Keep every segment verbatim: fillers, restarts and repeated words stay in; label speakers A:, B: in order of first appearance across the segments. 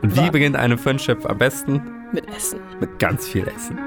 A: Und wie beginnt eine Friendship am besten?
B: Mit Essen.
A: Mit ganz viel Essen.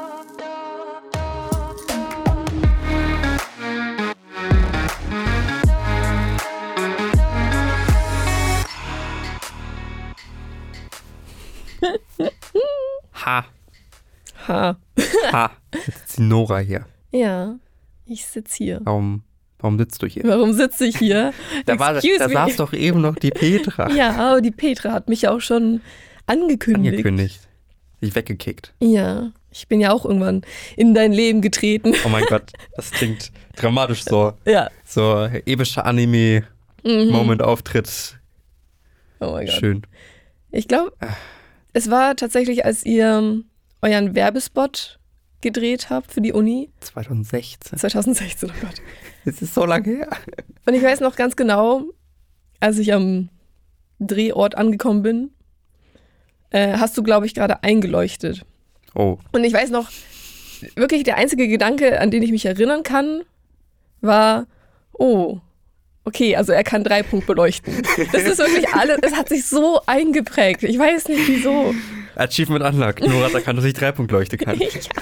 A: Ha.
B: Ha.
A: Ha. Jetzt ist die Nora hier.
B: Ja, ich sitze hier.
A: Warum, warum sitzt du hier?
B: Warum sitze ich hier?
A: Da, war, da saß doch eben noch die Petra.
B: Ja, aber die Petra hat mich auch schon angekündigt.
A: Angekündigt. Dich weggekickt.
B: Ja, ich bin ja auch irgendwann in dein Leben getreten.
A: Oh mein Gott, das klingt dramatisch so.
B: Ja.
A: So epischer Anime-Moment-Auftritt.
B: Oh mein Gott.
A: Schön.
B: Ich glaube, es war tatsächlich, als ihr euren Werbespot gedreht habt für die Uni.
A: zwanzig sechzehn.
B: zwanzig sechzehn, oh Gott.
A: Das ist so lange her.
B: Und ich weiß noch ganz genau, als ich am Drehort angekommen bin, äh, hast du, glaube ich, gerade eingeleuchtet.
A: Oh.
B: Und ich weiß noch, wirklich der einzige Gedanke, an den ich mich erinnern kann, war, oh, okay, also er kann Dreipunkt beleuchten. Das ist wirklich alles, es hat sich so eingeprägt. Ich weiß nicht, wieso.
A: Achievement unlocked. Nora hat erkannt, dass ich Dreipunktleuchte kann.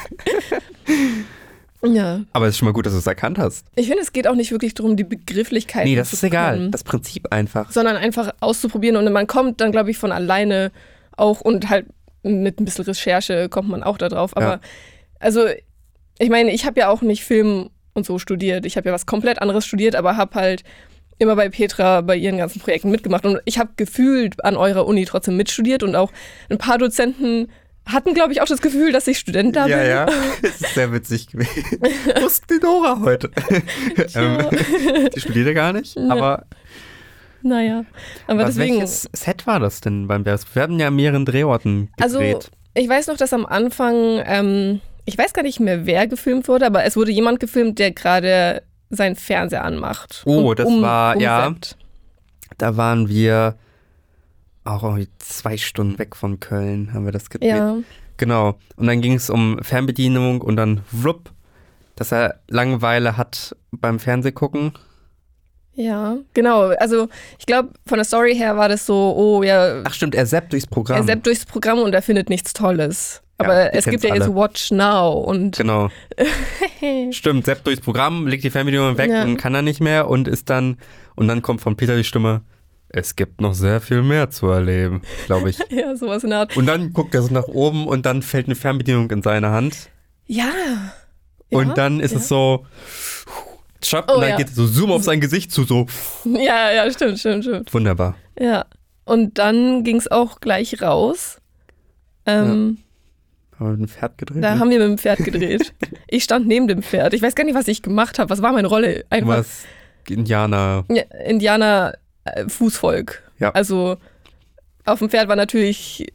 B: Ja. ja.
A: Aber es ist schon mal gut, dass du es erkannt hast.
B: Ich finde, es geht auch nicht wirklich darum, die Begrifflichkeiten
A: Nee, das
B: zu
A: ist egal.
B: bekommen,
A: Das Prinzip einfach.
B: sondern einfach auszuprobieren. Und man kommt dann, glaube ich, von alleine auch und halt mit ein bisschen Recherche kommt man auch da drauf. Aber
A: Ja.
B: also, ich meine, ich habe ja auch nicht Film und so studiert. Ich habe ja was komplett anderes studiert, aber habe halt immer bei Petra bei ihren ganzen Projekten mitgemacht. Und ich habe gefühlt an eurer Uni trotzdem mitstudiert und auch ein paar Dozenten hatten, glaube ich, auch das Gefühl, dass ich Student da
A: ja,
B: bin.
A: Ja, ja. Das ist sehr witzig gewesen. Wo ist die Nora heute? ähm, die studiert ja gar nicht,
B: Ja.
A: aber
B: Naja, aber
A: was,
B: deswegen...
A: welches Set war das denn beim Werbespot? Wir haben ja an mehreren Drehorten
B: Also,
A: gedreht.
B: ich weiß noch, dass am Anfang, ähm, ich weiß gar nicht mehr, wer gefilmt wurde, aber es wurde jemand gefilmt, der gerade seinen Fernseher anmacht.
A: Oh,
B: und
A: das
B: um,
A: war, ja,
B: umsetzt.
A: da waren wir auch irgendwie zwei Stunden weg von Köln, haben wir das gedreht.
B: Ja,
A: Genau. Und dann ging es um Fernbedienung und dann wlupp, dass er Langeweile hat beim Fernsehgucken.
B: ja, genau. Also ich glaube, von der Story her war das so, oh ja,
A: Ach stimmt, er zappt durchs Programm.
B: er zappt durchs Programm und er findet nichts Tolles. Aber
A: Ja, die
B: es gibt ja
A: kennt's
B: jetzt
A: alle.
B: Watch Now und
A: Genau. Stimmt, zappt durchs Programm, legt die Fernbedienung weg
B: Ja.
A: und kann er nicht mehr und ist dann, und dann kommt von Peter die Stimme, es gibt noch sehr viel mehr zu erleben, glaube ich.
B: ja, sowas in der Art.
A: Und dann guckt er so nach oben und dann fällt eine Fernbedienung in seine Hand.
B: Ja.
A: Und
B: Ja,
A: dann ist
B: ja.
A: es so, schapp,
B: Oh,
A: und dann
B: ja.
A: geht so Zoom auf sein Gesicht zu, so
B: Ja, ja, stimmt, stimmt, stimmt.
A: wunderbar.
B: Ja. Und dann ging es auch gleich raus. Ähm,
A: Haben wir mit dem Pferd gedreht?
B: Da
A: ne?
B: haben wir mit dem Pferd gedreht. Ich stand neben dem Pferd. Ich weiß gar nicht, was ich gemacht habe. Was war meine Rolle?
A: Du
B: Einfach
A: warst Indianer.
B: ja, Indianer äh, Fußvolk.
A: Ja.
B: Also auf dem Pferd war natürlich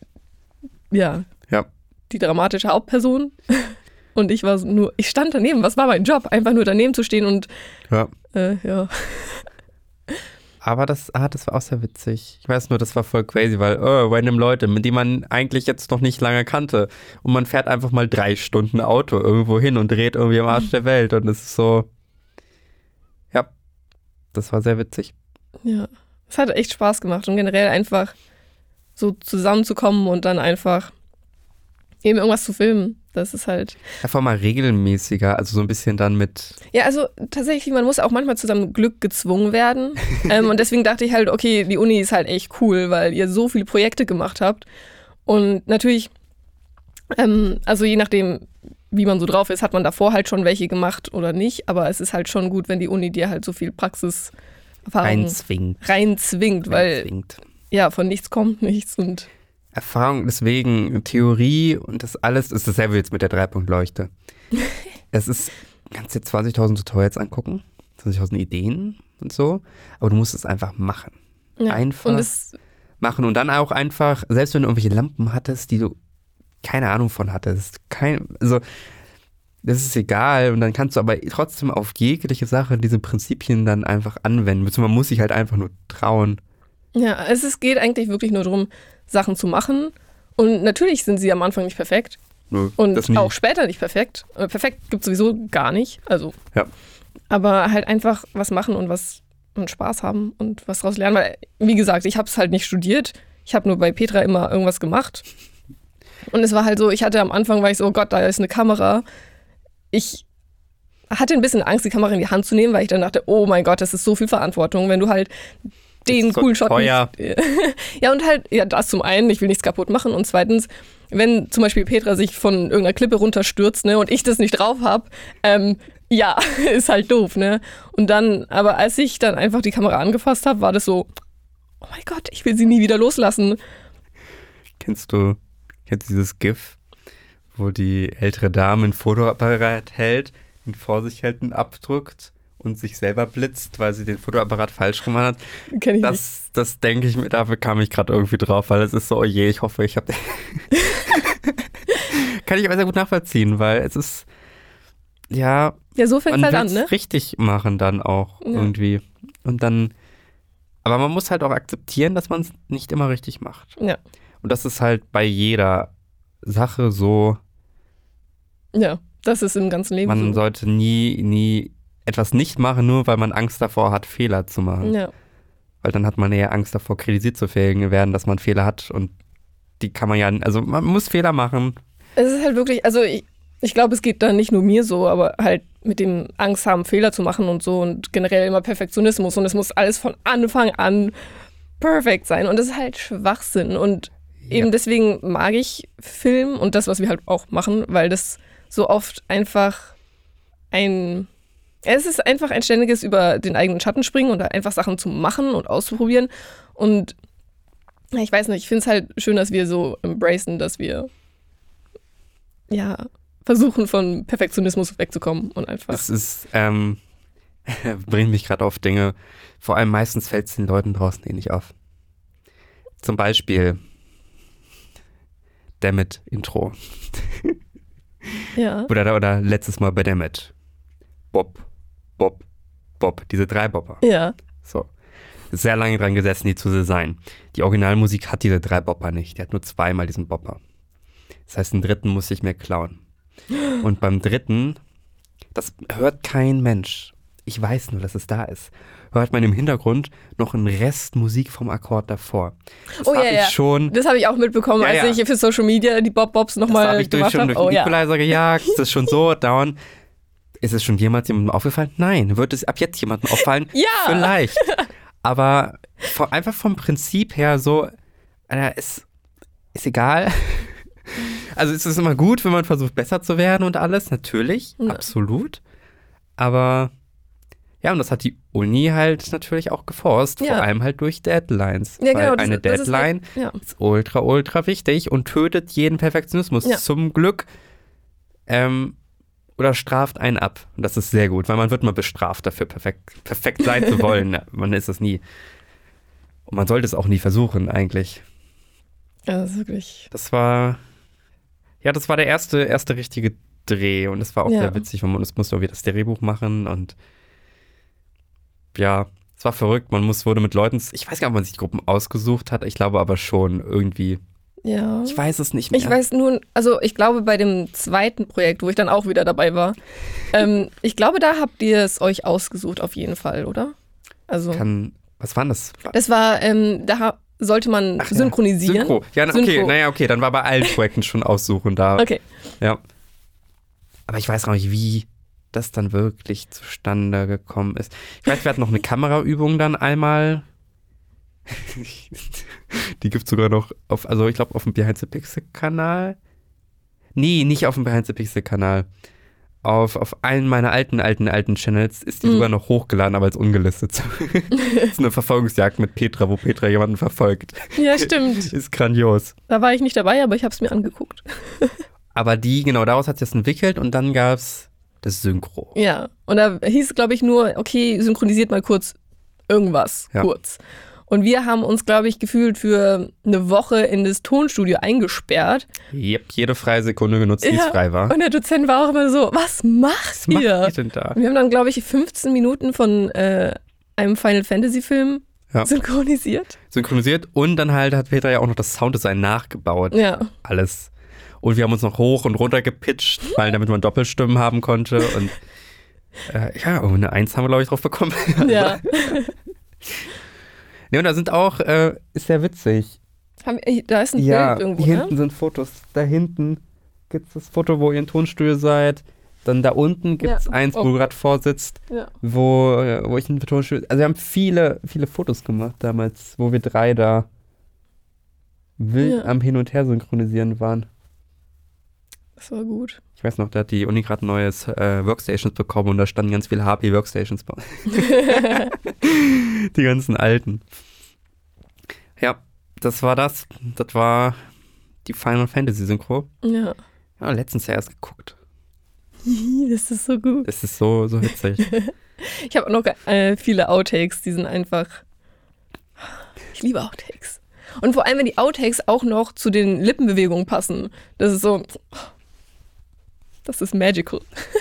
B: ja,
A: Ja.
B: die dramatische Hauptperson. Und ich war nur, ich stand daneben. Was war mein Job? Einfach nur daneben zu stehen und
A: Ja.
B: äh, ja.
A: Aber das, ah, das war auch sehr witzig. Ich weiß nur, das war voll crazy, weil oh, random Leute, mit denen man eigentlich jetzt noch nicht lange kannte. Und man fährt einfach mal drei Stunden Auto irgendwo hin und dreht irgendwie am Arsch der Welt. Und es ist so, ja, das war sehr witzig.
B: Ja. Es hat echt Spaß gemacht und generell einfach so zusammenzukommen und dann einfach eben irgendwas zu filmen. Das ist halt.
A: Einfach mal regelmäßiger, also so ein bisschen dann mit.
B: Ja, also tatsächlich, man muss auch manchmal zu seinem Glück gezwungen werden. ähm, und deswegen dachte ich halt, okay, die Uni ist halt echt cool, weil ihr so viele Projekte gemacht habt. Und natürlich, ähm, also je nachdem, wie man so drauf ist, hat man davor halt schon welche gemacht oder nicht. Aber es ist halt schon gut, wenn die Uni dir halt so viel Praxiserfahrung
A: Reinzwingt.
B: reinzwingt, weil
A: Reinzwingt.
B: ja, von nichts kommt nichts und
A: Erfahrung, deswegen Theorie und das alles ist dasselbe jetzt mit der Dreipunktleuchte. Es ist, kannst dir zwanzigtausend Tutorials angucken, zwanzigtausend Ideen und so, aber du musst es einfach machen.
B: ja.
A: Einfach
B: Und es,
A: machen und dann auch einfach, selbst wenn du irgendwelche Lampen hattest, die du keine Ahnung von hattest, kein, also das ist egal und dann kannst du aber trotzdem auf jegliche Sache diese Prinzipien dann einfach anwenden. Beziehungsweise man muss sich halt einfach nur trauen.
B: ja, es ist, geht eigentlich wirklich nur darum, Sachen zu machen. Und natürlich sind sie am Anfang nicht perfekt.
A: Nö,
B: Und
A: das nie.
B: auch später nicht perfekt. Äh, Perfekt gibt es sowieso gar nicht. Also,
A: Ja.
B: aber halt einfach was machen und was und Spaß haben und was daraus lernen. Weil, wie gesagt, ich habe es halt nicht studiert. Ich habe nur bei Petra immer irgendwas gemacht. Und es war halt so, ich hatte am Anfang, war ich so, oh Gott, da ist eine Kamera. Ich hatte ein bisschen Angst, die Kamera in die Hand zu nehmen, weil ich dann dachte, oh mein Gott, das ist so viel Verantwortung, wenn du halt den
A: so
B: coolen Shot
A: teuer.
B: nicht, ja, und halt, ja, das zum einen, ich will nichts kaputt machen und zweitens, wenn zum Beispiel Petra sich von irgendeiner Klippe runterstürzt, ne, und ich das nicht drauf habe, ähm, ja, ist halt doof, ne. Und dann, aber als ich dann einfach die Kamera angefasst habe, war das so, oh mein Gott, ich will sie nie wieder loslassen.
A: Kennst du, kennst du dieses GIF, wo die ältere Dame ein Fotoapparat hält, ihn vor sich hält und abdrückt und sich selber blitzt, weil sie den Fotoapparat falsch rum hat?
B: Kenn ich
A: das, das denke ich mir, dafür kam ich gerade irgendwie drauf, weil es ist so, oh je, ich hoffe, ich habe... Kann ich aber sehr gut nachvollziehen, weil es ist, ja...
B: Ja, so fängt es halt an, ne?
A: Richtig machen dann auch
B: ja.
A: irgendwie. Und dann... Aber man muss halt auch akzeptieren, dass man es nicht immer richtig macht.
B: Ja.
A: Und das ist halt bei jeder Sache so.
B: Ja, das ist im ganzen Leben
A: Man
B: so.
A: sollte nie, nie etwas nicht machen, nur weil man Angst davor hat, Fehler zu machen.
B: Ja.
A: Weil dann hat man eher Angst davor, kritisiert zu werden, dass man Fehler hat. Und die kann man ja, also man muss Fehler machen.
B: Es ist halt wirklich, also ich, ich glaube, es geht da nicht nur mir so, aber halt mit dem Angst haben, Fehler zu machen und so und generell immer Perfektionismus und es muss alles von Anfang an perfekt sein und das ist halt Schwachsinn und ja. Eben deswegen mag ich Film und das, was wir halt auch machen, weil das so oft einfach ein, es ist einfach ein ständiges über den eigenen Schatten springen und einfach Sachen zu machen und auszuprobieren und ich weiß nicht, ich finde es halt schön, dass wir so embracen, dass wir ja versuchen, von Perfektionismus wegzukommen und einfach.
A: Es ist, ähm, bringt mich gerade auf Dinge. Vor allem meistens fällt es den Leuten draußen eh nicht auf. Zum Beispiel Dammit Intro.
B: Ja.
A: Oder, oder letztes Mal bei Dammit. Bob, Bob, Bob. Diese drei Bobber.
B: Ja.
A: So. Sehr lange dran gesessen, die zu designen. Die Originalmusik hat diese drei Bopper nicht. Die hat nur zweimal diesen Bopper. Das heißt, den dritten muss ich mir klauen. Und beim dritten, das hört kein Mensch. Ich weiß nur, dass es da ist. Hört man im Hintergrund noch einen Rest Musik vom Akkord davor. Das
B: oh ja,
A: ich
B: ja.
A: schon.
B: Das habe ich auch mitbekommen,
A: ja,
B: als
A: ja.
B: ich für Social Media die Bob-Bobs nochmal
A: gemacht habe. Das habe ich durch, schon durch
B: oh,
A: den Equalizer
B: ja.
A: gejagt. Das ist schon so dauernd. Ist es schon jemals jemandem aufgefallen? Nein. Wird es ab jetzt jemandem auffallen?
B: Ja.
A: Vielleicht. Aber vor, einfach vom Prinzip her so, äh, ist, ist egal. Also es ist immer gut, wenn man versucht, besser zu werden und alles, natürlich, ja. Absolut. Aber ja, und das hat die Uni halt natürlich auch geforst, ja. Vor allem halt durch Deadlines.
B: Ja,
A: weil
B: genau, das,
A: eine
B: das
A: Deadline
B: ist, ja.
A: ist ultra, ultra wichtig und tötet jeden Perfektionismus.
B: Ja.
A: Zum Glück. Ähm, oder straft einen ab. Und das ist sehr gut, weil man wird mal bestraft dafür, perfekt, perfekt sein zu wollen. Man ist es nie. Und man sollte es auch nie versuchen, eigentlich.
B: Ja, das ist wirklich...
A: Das war... Ja, das war der erste, erste richtige Dreh und es war auch
B: ja.
A: sehr witzig, weil man es musste auch wieder das Drehbuch machen und ja, es war verrückt. Man muss, wurde mit Leuten, ich weiß gar nicht, ob man sich die Gruppen ausgesucht hat, ich glaube aber schon irgendwie.
B: Ja.
A: Ich weiß es nicht mehr.
B: Ich weiß nur, also ich glaube bei dem zweiten Projekt, wo ich dann auch wieder dabei war, ähm, ich glaube, da habt ihr es euch ausgesucht auf jeden Fall, oder? Also.
A: Kann, was war das?
B: Das war, ähm, da sollte man Ach, synchronisieren.
A: Ja. Synchro. Ja, okay,
B: Synchro.
A: naja, okay, dann war bei allen Projekten schon aussuchen da.
B: Okay.
A: Ja. Aber ich weiß noch nicht, wie das dann wirklich zustande gekommen ist. Ich weiß, wir hatten noch eine Kameraübung dann einmal. Die gibt es sogar noch auf, also ich glaube auf dem Behind the Pixel Kanal. Nee, nicht auf dem Behind the Pixel Kanal. Auf, auf allen meiner alten, alten, alten Channels ist die mhm. sogar noch hochgeladen, aber als ungelistet. Das ist eine Verfolgungsjagd mit Petra, wo Petra jemanden verfolgt.
B: Ja, stimmt.
A: Ist grandios.
B: Da war ich nicht dabei, aber ich habe es mir angeguckt.
A: Aber die, genau, daraus hat sich das entwickelt und dann gab es das Synchro.
B: Ja, und da hieß es, glaube ich, nur, okay, synchronisiert mal kurz irgendwas,
A: ja.
B: kurz. Und wir haben uns, glaube ich, gefühlt für eine Woche in das Tonstudio eingesperrt.
A: Yep, jede freie Sekunde genutzt, die ja, es frei war.
B: Und der Dozent war auch immer so, was macht
A: was
B: ihr?
A: Was macht ihr denn da?
B: Und wir haben dann, glaube ich, fünfzehn Minuten von äh, einem Final Fantasy Film ja. synchronisiert.
A: Synchronisiert und dann halt hat Petra ja auch noch das Sounddesign nachgebaut.
B: Ja.
A: Alles. Und wir haben uns noch hoch und runter gepitcht, weil damit man Doppelstimmen haben konnte. Und äh, ja, eine Eins haben wir, glaube ich, drauf bekommen.
B: Ja.
A: Ne, und da sind auch, äh, ist sehr witzig.
B: Haben wir- Da ist ein
A: Ja,
B: Bild irgendwo,
A: hier hinten
B: ne?
A: sind Fotos. Da hinten gibt es das Foto, wo ihr im Tonstudio seid. Dann da unten gibt es
B: Ja.
A: eins, wo
B: Oh.
A: du gerade vorsitzt,
B: Ja.
A: wo, äh, wo ich im Tonstudio... Also wir haben viele, viele Fotos gemacht damals, wo wir drei da wild
B: Ja.
A: am Hin und Her synchronisieren waren.
B: Das war gut.
A: Ich weiß noch, da hat die Uni gerade neues äh, Workstations bekommen und da standen ganz viele H P Workstations bei. Die ganzen alten. Ja, das war das. Das war die Final Fantasy Synchro.
B: Ja.
A: Ja, letztens ja erst geguckt.
B: Das ist so gut.
A: Es ist so, so witzig.
B: Ich habe auch noch äh, viele Outtakes, die sind einfach. Ich liebe Outtakes. Und vor allem, wenn die Outtakes auch noch zu den Lippenbewegungen passen. Das ist so. Das ist magical.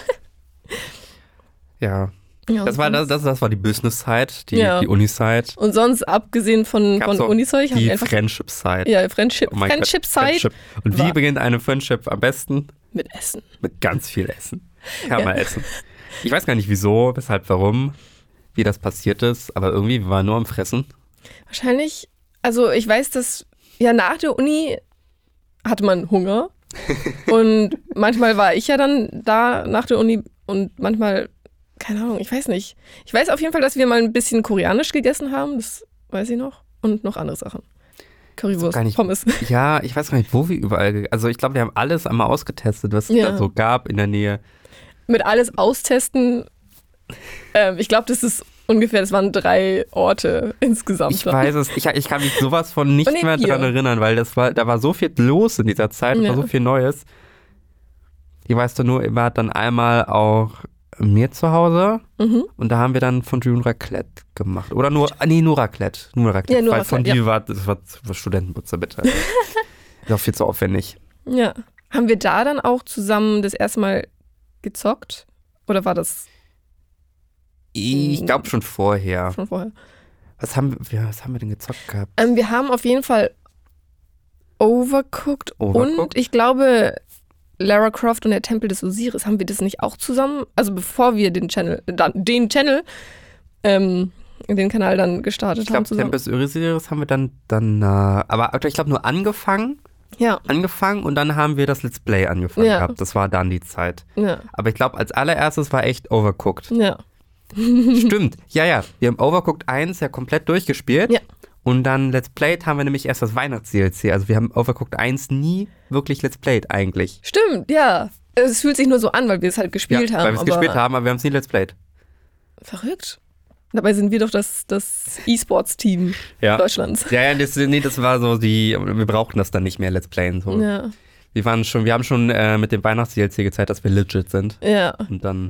A: Ja,
B: Ja,
A: das war, das,
B: sonst-
A: das, das war die Business-Side, die,
B: Ja.
A: die Uni-Side,
B: Und sonst, abgesehen von,
A: Gab's
B: von
A: auch
B: Unizeug, haben
A: die
B: wir einfach.
A: Friendship-Side.
B: Ja, Friendship,
A: Oh mein Gott,
B: Friendship-Side
A: Friendship. Und wie
B: war-
A: beginnt eine Friendship am besten?
B: mit Essen.
A: Mit ganz viel Essen. Ja,
B: Ja.
A: mal essen. Ich weiß gar nicht wieso, weshalb, warum, wie das passiert ist, aber irgendwie wir waren nur am Fressen.
B: Wahrscheinlich, also ich weiß, dass ja nach der Uni hatte man Hunger. Und manchmal war ich ja dann da nach der Uni und manchmal, keine Ahnung, ich weiß nicht. Ich weiß auf jeden Fall, dass wir mal ein bisschen koreanisch gegessen haben, das weiß ich noch. Und noch andere Sachen. Currywurst,
A: gar nicht-
B: Pommes.
A: Ja, ich weiß gar nicht, wo wir überall, ge- also ich glaube, wir haben alles einmal ausgetestet, was es
B: Ja.
A: da so gab in der Nähe.
B: Mit alles austesten, ähm, ich glaube, das ist ungefähr, das waren drei Orte insgesamt.
A: Ich weiß es, ich, ich kann mich sowas von nicht
B: Und eben
A: mehr
B: hier.
A: dran erinnern, weil das war, da war so viel los in dieser Zeit, da
B: Ja.
A: war so viel Neues. Ich weiß doch nur, ich war dann einmal auch mir zu Hause
B: Mhm.
A: und da haben wir dann von June Raclette gemacht. Oder nur, ah, nee, nur Raclette. Nur Raclette.
B: Ja, nur
A: weil
B: Raclette,
A: von dir war, das war, das war Studentenputzer, bitte. Ist auch viel zu aufwendig.
B: Ja. Haben wir da dann auch zusammen das erste Mal gezockt? Oder war das
A: Ich glaube schon vorher.
B: schon vorher?
A: Was haben, wir, was haben wir denn gezockt gehabt?
B: Ähm, wir haben auf jeden Fall Overcooked,
A: Overcooked?
B: und ich glaube Lara Croft und der Tempel des Osiris. Haben wir das nicht auch zusammen? Also bevor wir den Channel, dann, den Channel, ähm, den Kanal dann gestartet
A: Ich glaube,
B: haben zusammen.
A: Tempest Osiris haben wir dann, dann äh, aber ich glaube nur angefangen,
B: Ja,
A: angefangen und dann haben wir das Let's Play angefangen
B: Ja.
A: gehabt. Das war dann die Zeit.
B: ja,
A: Aber ich glaube, als allererstes war echt Overcooked.
B: ja.
A: Stimmt, ja, ja. Wir haben Overcooked eins ja komplett durchgespielt.
B: Ja.
A: Und dann Let's Played haben wir nämlich erst das Weihnachts-D L C. Also wir haben Overcooked eins nie wirklich Let's Played eigentlich.
B: Stimmt, ja. Es fühlt sich nur so an, weil wir es halt gespielt
A: ja,
B: haben.
A: Weil wir es
B: aber
A: gespielt haben, aber wir haben es nie Let's Played.
B: Verrückt. Dabei sind wir doch das, das E-Sports-Team
A: Ja.
B: Deutschlands.
A: Ja, ja, das, nee, das war so die, wir brauchten das dann nicht mehr Let's Playen. So.
B: Ja,
A: Wir waren schon, wir haben schon äh, mit dem Weihnachts-D L C gezeigt, dass wir legit sind.
B: ja.
A: Und dann.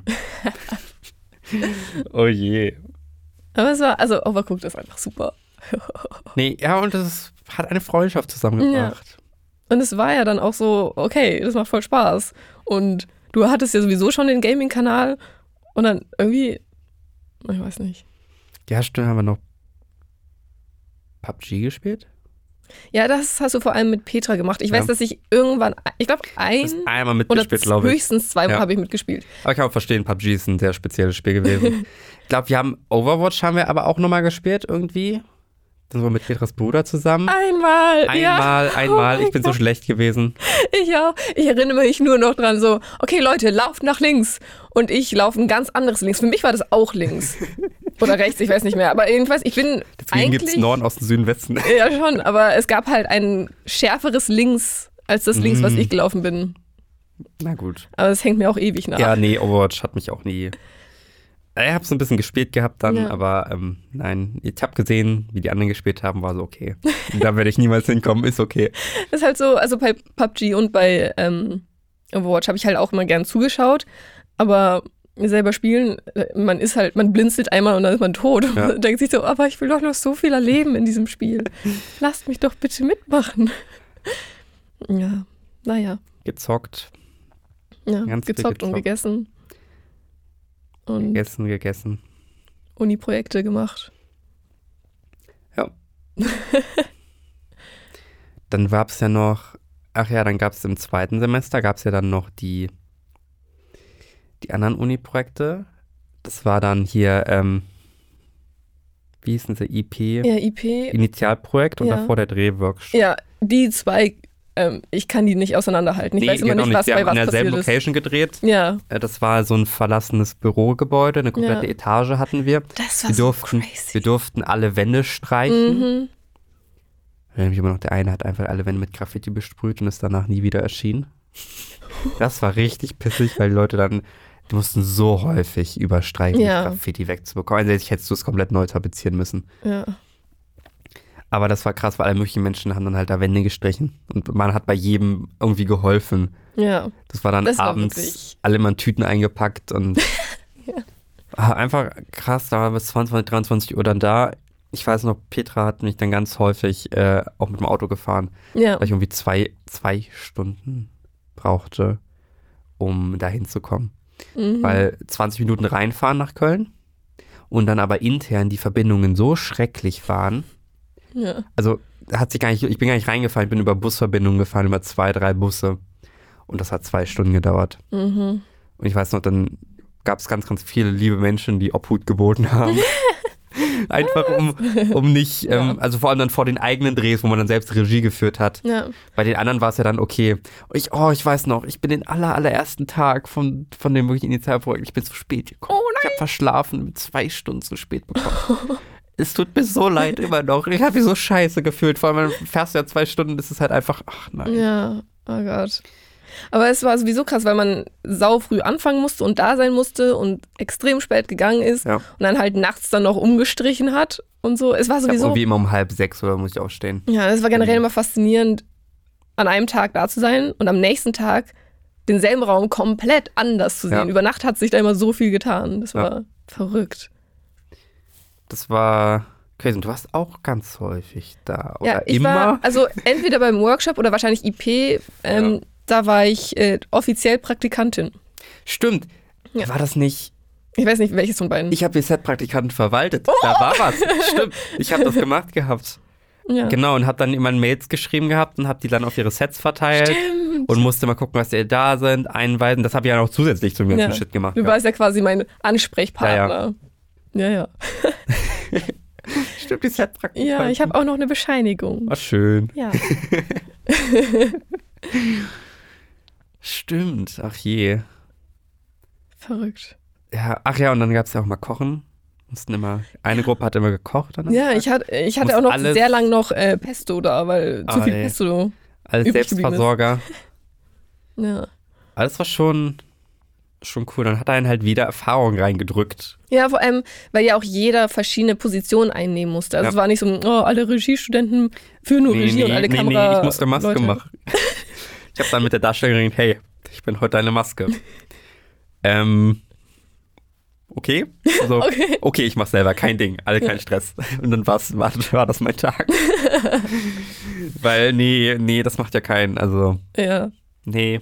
A: Oh je.
B: Aber es war, also Overcooked ist einfach super.
A: Nee, ja, und das hat eine Freundschaft zusammengebracht.
B: Und es war ja dann auch so, okay, das macht voll Spaß. Und du hattest ja sowieso schon den Gaming-Kanal und dann irgendwie, ich weiß nicht.
A: Ja, stimmt, haben wir noch P U B G gespielt?
B: Ja, das hast du vor allem mit Petra gemacht. Ich weiß,
A: Ja.
B: dass ich irgendwann, ich glaube,
A: Das
B: ein
A: ist einmal
B: oder
A: mitgespielt, glaube ich.
B: höchstens zwei
A: Ja.
B: habe ich mitgespielt.
A: Aber ich kann auch verstehen, P U B G ist ein sehr spezielles Spiel gewesen. Ich glaube, wir haben Overwatch haben wir aber auch nochmal gespielt irgendwie. Dann so mit Petras Bruder zusammen.
B: Einmal, ja.
A: Einmal, einmal. Ich bin so schlecht gewesen.
B: Ich auch. Ich erinnere mich nur noch dran so, okay Leute, lauft nach links. Und ich laufe ein ganz anderes links. Für mich war das auch links. Oder rechts, ich weiß nicht mehr. Aber jedenfalls, ich bin
A: Deswegen gibt es
B: eigentlich...
A: Norden, Osten, Süden, Westen.
B: Ja, schon. Aber es gab halt ein schärferes Links als das Links, was
A: Mm.
B: ich gelaufen bin.
A: Na gut.
B: Aber es hängt mir auch ewig nach.
A: Ja, nee, Overwatch hat mich auch nie. Ich habe es ein bisschen gespielt gehabt dann,
B: Ja.
A: aber ähm, nein, ich habe gesehen, wie die anderen gespielt haben, war so okay. Da werde ich niemals hinkommen, ist okay.
B: Das ist halt so, also bei P U B G und bei ähm, Overwatch habe ich halt auch immer gern zugeschaut. Aber selber spielen, äh, man ist halt, man blinzelt einmal und dann ist man tot. Und
A: Ja.
B: man denkt sich so, aber ich will doch noch so viel erleben in diesem Spiel. Lasst mich doch bitte mitmachen. Ja, naja.
A: Gezockt,
B: Ja,
A: Ganz viel
B: gezockt und
A: gezockt.
B: gegessen. Und
A: gegessen, gegessen.
B: Uni-Projekte gemacht.
A: Ja. Dann gab es ja noch, ach ja, dann gab es im zweiten Semester, gab es ja dann noch die, die anderen Uni-Projekte. Das war dann hier, ähm, wie hieß denn der I P?
B: Ja, I P.
A: Initialprojekt und
B: Ja.
A: davor der Drehworkshop.
B: Ja, die zwei, ähm, ich kann die nicht auseinanderhalten. Ich
A: Nee,
B: weiß immer
A: genau
B: nicht, was
A: Wir
B: bei
A: haben
B: was
A: in derselben
B: passiert ist.
A: Location gedreht.
B: Ja,
A: Äh, Das war so ein verlassenes Bürogebäude, eine komplette
B: Ja.
A: Etage hatten wir.
B: das war
A: Wir
B: so
A: durften,
B: crazy.
A: wir durften alle Wände streichen.
B: Mhm.
A: Nämlich immer noch der eine hat einfach alle Wände mit Graffiti besprüht und ist danach nie wieder erschienen. Das war richtig pissig, weil die Leute dann, die mussten so häufig überstreichen,
B: Ja.
A: Graffiti wegzubekommen. Also hättest du es komplett neu tapezieren müssen.
B: Ja.
A: Aber das war krass, weil alle möglichen Menschen haben dann halt da Wände gestrichen. Und man hat bei jedem irgendwie geholfen.
B: Ja.
A: Das war dann
B: Das war
A: abends
B: wirklich-
A: alle mal in Tüten eingepackt und
B: Ja.
A: Ah, einfach krass, da war bis zweiundzwanzig, dreiundzwanzig Uhr dann da. Ich weiß noch, Petra hat mich dann ganz häufig äh, auch mit dem Auto gefahren,
B: Ja.
A: weil ich irgendwie zwei, zwei Stunden brauchte, um da hinzukommen.
B: Mhm.
A: Weil zwanzig Minuten reinfahren nach Köln und dann aber intern die Verbindungen so schrecklich waren.
B: Ja.
A: Also hat sich gar nicht, ich bin gar nicht reingefahren, ich bin über Busverbindungen gefahren, über zwei, drei Busse. Und das hat zwei Stunden gedauert.
B: Mhm.
A: Und ich weiß noch, dann gab es ganz, ganz viele liebe Menschen, die Obhut geboten haben. Einfach um, um nicht,
B: Ja.
A: ähm, also vor allem dann vor den eigenen Drehs, wo man dann selbst Regie geführt hat.
B: Ja.
A: Bei den anderen war es ja dann okay. Und ich, oh, ich weiß noch, ich bin den aller, allerersten Tag von, von dem wirklich Initialprojekt, ich bin zu spät gekommen.
B: Oh
A: Ich habe verschlafen, bin zwei Stunden zu spät bekommen. Es tut mir so leid immer noch. Ich habe mich so scheiße gefühlt. Vor allem, wenn fährst du ja zwei Stunden, ist es halt einfach, ach nein.
B: Ja, oh Gott. Aber es war sowieso krass, weil man sau früh anfangen musste und da sein musste und extrem spät gegangen ist
A: Ja.
B: und dann halt nachts dann noch umgestrichen hat und so. Es war
A: Ich hab
B: sowieso,
A: irgendwie immer um halb sechs oder muss ich aufstehen.
B: ja, es war generell immer faszinierend, an einem Tag da zu sein und am nächsten Tag denselben Raum komplett anders zu sehen.
A: Ja.
B: Über Nacht hat sich da immer so viel getan. Das war
A: Ja.
B: verrückt.
A: Das war crazy. Und du warst auch ganz häufig da. Oder
B: Ja, ich
A: immer?
B: war, also entweder beim Workshop oder wahrscheinlich I P, ähm,
A: Ja.
B: da war ich äh, offiziell Praktikantin.
A: Stimmt.
B: Ja.
A: War das nicht?
B: Ich weiß nicht, welches von beiden.
A: Ich habe die Set-Praktikanten verwaltet. Da war was. Stimmt. Ich habe das gemacht gehabt.
B: ja.
A: Genau. Und habe dann immer Mails geschrieben gehabt und habe die dann auf ihre Sets verteilt.
B: Stimmt.
A: Und musste mal gucken, was die da sind, einweisen. Das habe ich ja noch zusätzlich zum ganzen
B: Ja.
A: Shit gemacht.
B: Du
A: Ja.
B: warst ja quasi mein Ansprechpartner. Ja, ja.
A: Stimmt, die Set-Praktikanten.
B: Ja, ich habe auch noch eine Bescheinigung.
A: War schön.
B: Ja.
A: Stimmt. Ach je.
B: Verrückt.
A: Ja, ach ja, und dann gab es ja auch mal Kochen. Mussten immer, eine Gruppe hat immer gekocht. Dann am
B: Ja,
A: Tag.
B: ich hatte, ich hatte
A: Muss
B: auch noch
A: alles-
B: sehr lang noch äh, Pesto da, weil zu
A: Ah,
B: viel
A: ey.
B: Pesto.
A: Als
B: übrig geblieben ist.
A: Selbstversorger.
B: Ja.
A: Aber das war schon, schon cool. Dann hat er einen halt wieder Erfahrung reingedrückt.
B: Ja, vor allem, weil ja auch jeder verschiedene Positionen einnehmen musste. Also
A: Ja.
B: es war nicht so, oh, alle Regiestudenten für nur Regie und alle
A: nee,
B: Kamera.
A: nee, ich musste Maske
B: Leute.
A: machen. Ich habe dann mit der Darstellerin geredet, hey, ich bin heute deine Maske. ähm, okay. Also,
B: Okay.
A: okay, ich mach selber, kein Ding, alle kein Stress. Und dann war's, war, war das mein Tag. Weil, nee, nee, das macht ja keinen, also,
B: Ja.
A: nee.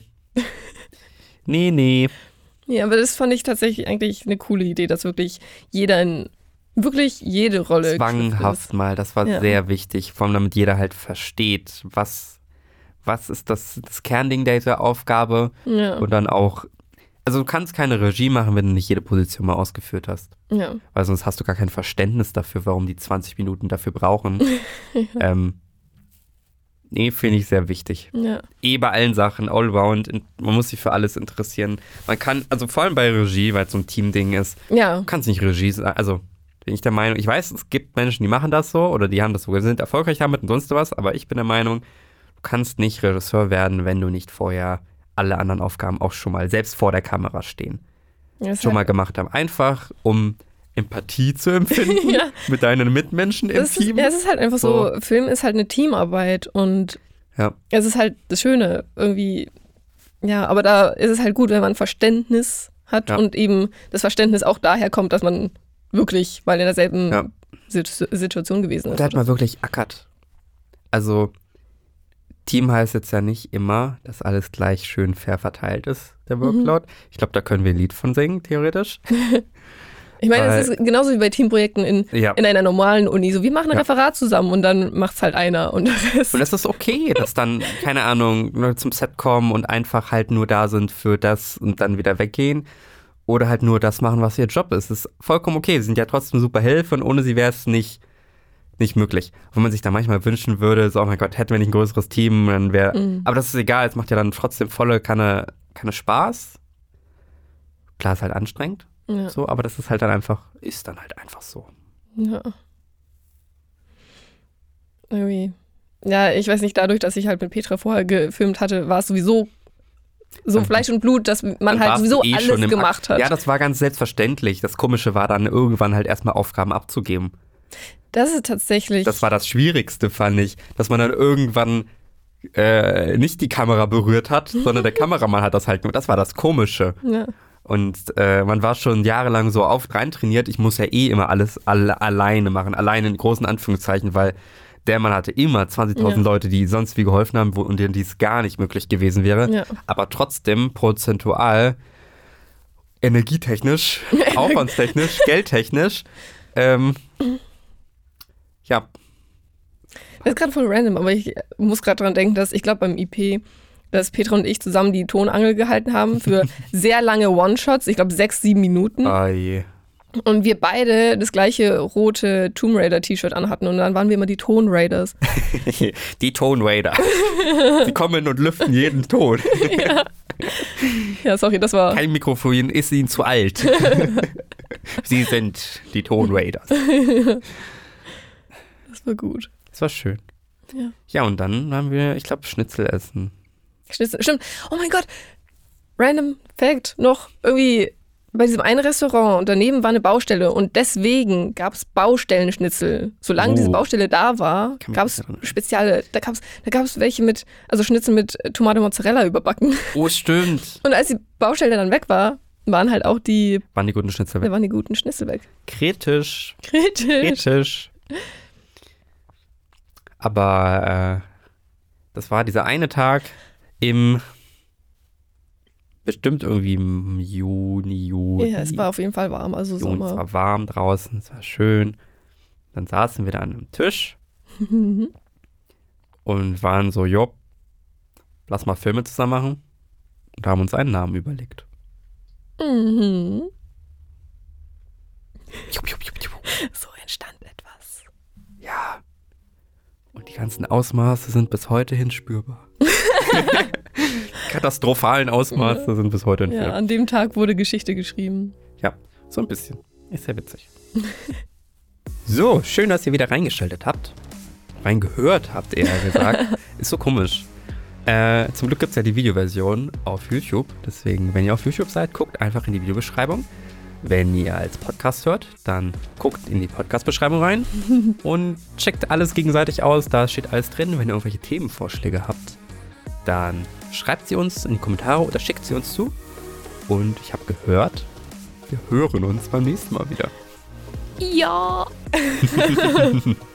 A: Nee, nee.
B: Ja, aber das fand ich tatsächlich eigentlich eine coole Idee, dass wirklich jeder in wirklich jede Rolle geschlüpft
A: Zwanghaft mal, das war
B: Ja.
A: sehr wichtig, vor allem damit jeder halt versteht, was, was ist das, das Kernding dieser Aufgabe
B: ist. Ja.
A: und dann auch, also du kannst keine Regie machen, wenn du nicht jede Position mal ausgeführt hast,
B: ja.
A: weil sonst hast du gar kein Verständnis dafür, warum die zwanzig Minuten dafür brauchen. ähm, nee, finde ich sehr wichtig.
B: Ja.
A: Eh bei allen Sachen, allround, in- man muss sich für alles interessieren. Man kann, also vor allem bei Regie, weil es so ein Teamding ist,
B: Ja.
A: du kannst nicht Regie sein, also bin ich der Meinung, ich weiß, es gibt Menschen, die machen das so oder die haben das so, sind erfolgreich damit und sonst was, aber ich bin der Meinung, du kannst nicht Regisseur werden, wenn du nicht vorher alle anderen Aufgaben auch schon mal selbst vor der Kamera stehen,
B: Ja, ist
A: schon
B: halt-
A: mal gemacht haben. Einfach, um Empathie zu empfinden
B: Ja.
A: mit deinen Mitmenschen im
B: Das ist,
A: Team.
B: ja, es ist halt einfach so, Film ist halt eine Teamarbeit und
A: Ja.
B: es ist halt das Schöne irgendwie, ja, aber da ist es halt gut, wenn man Verständnis hat
A: Ja.
B: und eben das Verständnis auch daher kommt, dass man wirklich mal in derselben
A: Ja.
B: Sit- Situation gewesen ist.
A: Da hat man wirklich ackert. Also, Team heißt jetzt ja nicht immer, dass alles gleich schön fair verteilt ist, der Workload. Ich glaube, da können wir ein Lied von singen, theoretisch.
B: Ich meine,
A: Weil-
B: es ist genauso wie bei Teamprojekten in,
A: Ja.
B: in einer normalen Uni. So, wir machen ein
A: Ja.
B: Referat zusammen und dann macht's halt einer und der Rest.
A: Und es ist okay, dass dann, keine Ahnung, Leute zum Set kommen und einfach halt nur da sind für das und dann wieder weggehen. oder halt nur das machen, was ihr Job ist. Das ist vollkommen okay. Sie sind ja trotzdem super Hilfe und ohne sie wäre es nicht, nicht möglich. Wenn man sich da manchmal wünschen würde, so, oh mein Gott, hätten wir nicht ein größeres Team, dann wäre. Mhm. Aber das ist egal, es macht ja dann trotzdem volle keine, keine Spaß. Klar, ist halt anstrengend. Ja. So, aber das ist halt dann einfach, ist dann halt einfach so.
B: Ja. Irgendwie. Ja, ich weiß nicht, dadurch, dass ich halt mit Petra vorher gefilmt hatte, war es sowieso so mhm. Fleisch und Blut, dass man dann halt sowieso eh alles gemacht hat.
A: Ja, das war ganz selbstverständlich. Das Komische war dann irgendwann halt erstmal Aufgaben abzugeben.
B: Das ist tatsächlich...
A: Das war das Schwierigste, fand ich. Dass man dann irgendwann äh, nicht die Kamera berührt hat, sondern der Kameramann hat das halt gemacht. Das war das Komische. Ja. Und äh, man war schon jahrelang so oft reintrainiert. Ich muss ja eh immer alles alle, alleine machen. Alleine in großen Anführungszeichen, weil der Mann hatte immer zwanzigtausend ja. Leute, die sonst wie geholfen haben, wo, und denen dies gar nicht möglich gewesen wäre. Ja. Aber trotzdem prozentual, energietechnisch, aufwandstechnisch, geldtechnisch, ähm, ja.
B: Das ist gerade voll random, aber ich muss gerade dran denken, dass ich glaube beim I P, dass Petra und ich zusammen die Tonangel gehalten haben für sehr lange One-Shots, ich glaube sechs, sieben Minuten.
A: Ah je.
B: Und wir beide das gleiche rote Tomb Raider T-Shirt anhatten und dann waren wir immer die Tone Raiders.
A: Die Tone Raider. Die kommen und lüften jeden Ton.
B: Ja. Ja, sorry, das war...
A: Kein Mikrofon ist ihnen zu alt. Sie sind die Tone Raiders.
B: Das war gut.
A: Das war schön.
B: Ja.
A: Ja, und dann haben wir, ich glaube, Schnitzel essen.
B: Schnitzel, stimmt. Oh mein Gott. Random Fact noch irgendwie... Bei diesem einen Restaurant und daneben war eine Baustelle und deswegen gab es Baustellenschnitzel. Solange oh. diese Baustelle da war, gab es spezielle, da gab es da gab's welche mit, also Schnitzel mit Tomate Mozzarella überbacken.
A: Oh, stimmt.
B: Und als die Baustelle dann weg war, waren halt auch die...
A: Waren die guten Schnitzel weg.
B: Da waren die guten Schnitzel weg.
A: Kritisch.
B: Kritisch.
A: Kritisch. Aber äh, das war dieser eine Tag im... Bestimmt irgendwie im Juni, Juli.
B: Ja, es war auf jeden Fall warm, also
A: Juni,
B: Sommer.
A: Es war warm draußen, es war schön. Dann saßen wir da an einem Tisch und waren so, jo, lass mal Filme zusammen machen. Und haben uns einen Namen überlegt.
B: Mhm. So entstand etwas.
A: Ja. Und die ganzen Ausmaße sind bis heute hin spürbar. Katastrophalen Ausmaße ja. sind bis heute entfernt.
B: Ja, an dem Tag wurde Geschichte geschrieben.
A: Ja, so ein bisschen. Ist sehr witzig. So, schön, dass ihr wieder reingeschaltet habt. Reingehört habt, eher gesagt. Ist so komisch. Äh, zum Glück gibt es ja die Videoversion auf YouTube. Deswegen, wenn ihr auf YouTube seid, guckt einfach in die Videobeschreibung. Wenn ihr als Podcast hört, dann guckt in die Podcast-Beschreibung rein und checkt alles gegenseitig aus. Da steht alles drin. Wenn ihr irgendwelche Themenvorschläge habt, dann schreibt sie uns in die Kommentare oder schickt sie uns zu. Und ich habe gehört, wir hören uns beim nächsten Mal wieder.
B: Ja.